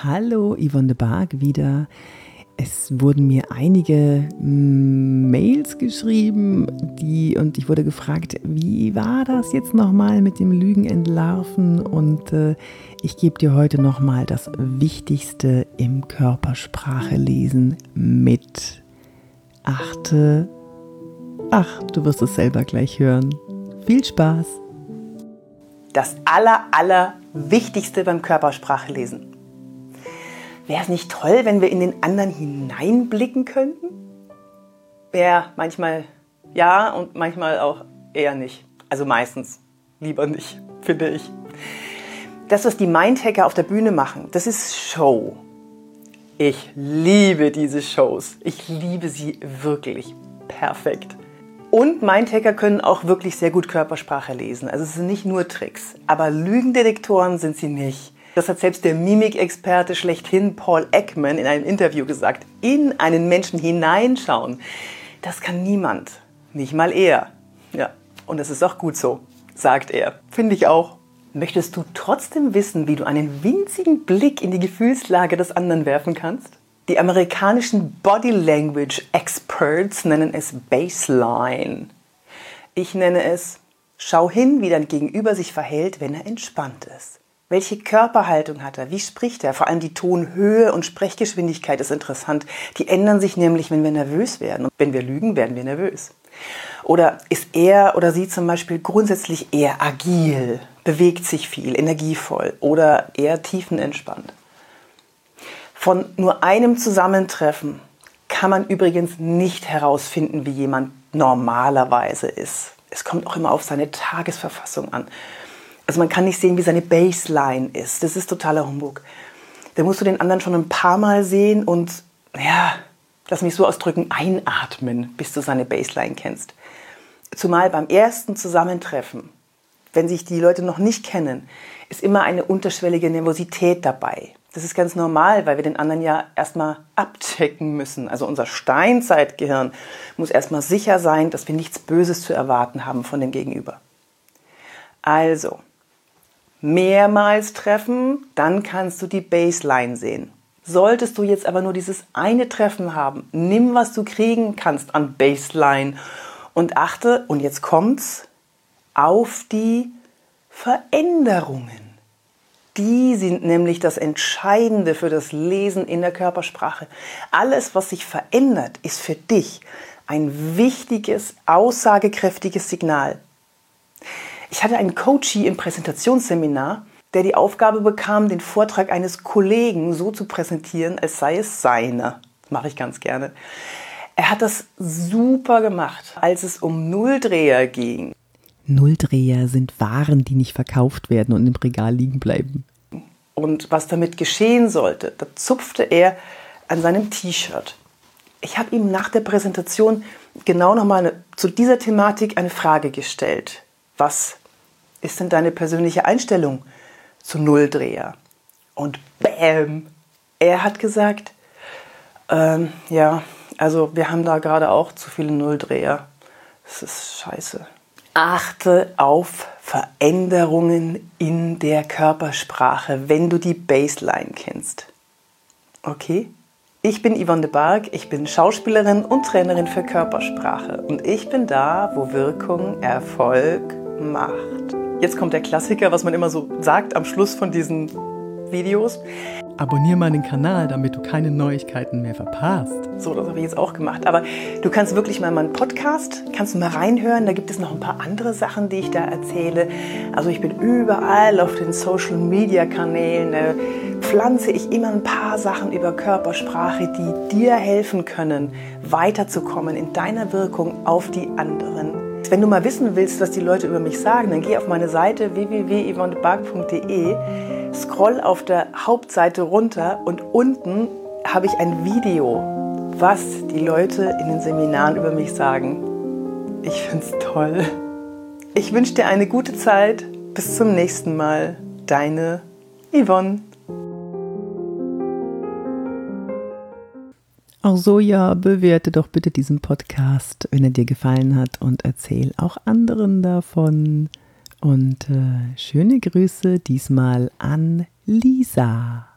Hallo, Yvonne de Barg wieder. Es wurden mir einige Mails geschrieben, und ich wurde gefragt, wie war das jetzt nochmal mit dem Lügen entlarven? Und ich gebe dir heute nochmal das Wichtigste im Körpersprache lesen mit. Du wirst es selber gleich hören. Viel Spaß! Das Wichtigste beim Körpersprache lesen. Wäre es nicht toll, wenn wir in den anderen hineinblicken könnten? Ja, manchmal ja und manchmal auch eher nicht. Also meistens lieber nicht, finde ich. Das, was die Mindhacker auf der Bühne machen, das ist Show. Ich liebe diese Shows. Ich liebe sie wirklich. Perfekt. Und Mindhacker können auch wirklich sehr gut Körpersprache lesen. Also es sind nicht nur Tricks. Aber Lügendetektoren sind sie nicht. Das hat selbst der Mimikexperte schlechthin Paul Ekman in einem Interview gesagt. In einen Menschen hineinschauen, das kann niemand. Nicht mal er. Ja, und das ist auch gut so, sagt er. Finde ich auch. Möchtest du trotzdem wissen, wie du einen winzigen Blick in die Gefühlslage des anderen werfen kannst? Die amerikanischen Body Language Experts nennen es Baseline. Ich nenne es, schau hin, wie dein Gegenüber sich verhält, wenn er entspannt ist. Welche Körperhaltung hat er? Wie spricht er? Vor allem die Tonhöhe und Sprechgeschwindigkeit ist interessant. Die ändern sich nämlich, wenn wir nervös werden. Und wenn wir lügen, werden wir nervös. Oder ist er oder sie zum Beispiel grundsätzlich eher agil, bewegt sich viel, energievoll oder eher tiefenentspannt? Von nur einem Zusammentreffen kann man übrigens nicht herausfinden, wie jemand normalerweise ist. Es kommt auch immer auf seine Tagesverfassung an. Also man kann nicht sehen, wie seine Baseline ist. Das ist totaler Humbug. Da musst du den anderen schon ein paar Mal sehen und, lass mich so ausdrücken, einatmen, bis du seine Baseline kennst. Zumal beim ersten Zusammentreffen, wenn sich die Leute noch nicht kennen, ist immer eine unterschwellige Nervosität dabei. Das ist ganz normal, weil wir den anderen ja erstmal abchecken müssen. Also unser Steinzeitgehirn muss erstmal sicher sein, dass wir nichts Böses zu erwarten haben von dem Gegenüber. Also, mehrmals treffen, dann kannst du die Baseline sehen. Solltest du jetzt aber nur dieses eine Treffen haben, nimm, was du kriegen kannst an Baseline und achte, und jetzt kommt's, auf die Veränderungen. Die sind nämlich das Entscheidende für das Lesen in der Körpersprache. Alles, was sich verändert, ist für dich ein wichtiges, aussagekräftiges Signal. Ich hatte einen Coachie im Präsentationsseminar, der die Aufgabe bekam, den Vortrag eines Kollegen so zu präsentieren, als sei es seiner. Das mache ich ganz gerne. Er hat das super gemacht, als es um Nulldreher ging. Nulldreher sind Waren, die nicht verkauft werden und im Regal liegen bleiben. Und was damit geschehen sollte, da zupfte er an seinem T-Shirt. Ich habe ihm nach der Präsentation genau nochmal zu dieser Thematik eine Frage gestellt. Was ist denn deine persönliche Einstellung zu Nulldreher? Und bäm, er hat gesagt, also wir haben da gerade auch zu viele Nulldreher. Das ist scheiße. Achte auf Veränderungen in der Körpersprache, wenn du die Baseline kennst. Okay? Ich bin Yvonne de Barg, ich bin Schauspielerin und Trainerin für Körpersprache. Und ich bin da, wo Wirkung Erfolg macht. Jetzt kommt der Klassiker, was man immer so sagt am Schluss von diesen Videos. Abonniere meinen Kanal, damit du keine Neuigkeiten mehr verpasst. So, das habe ich jetzt auch gemacht. Aber du kannst wirklich mal meinen Podcast, kannst du mal reinhören. Da gibt es noch ein paar andere Sachen, die ich da erzähle. Also ich bin überall auf den Social-Media-Kanälen. Da pflanze ich immer ein paar Sachen über Körpersprache, die dir helfen können, weiterzukommen in deiner Wirkung auf die anderen. Wenn du mal wissen willst, was die Leute über mich sagen, dann geh auf meine Seite www.yvonnebarg.de, scroll auf der Hauptseite runter und unten habe ich ein Video, was die Leute in den Seminaren über mich sagen. Ich finde es toll. Ich wünsche dir eine gute Zeit. Bis zum nächsten Mal. Deine Yvonne. Auch so, ja, bewerte doch bitte diesen Podcast, wenn er dir gefallen hat, und erzähl auch anderen davon. Und schöne Grüße diesmal an Lisa.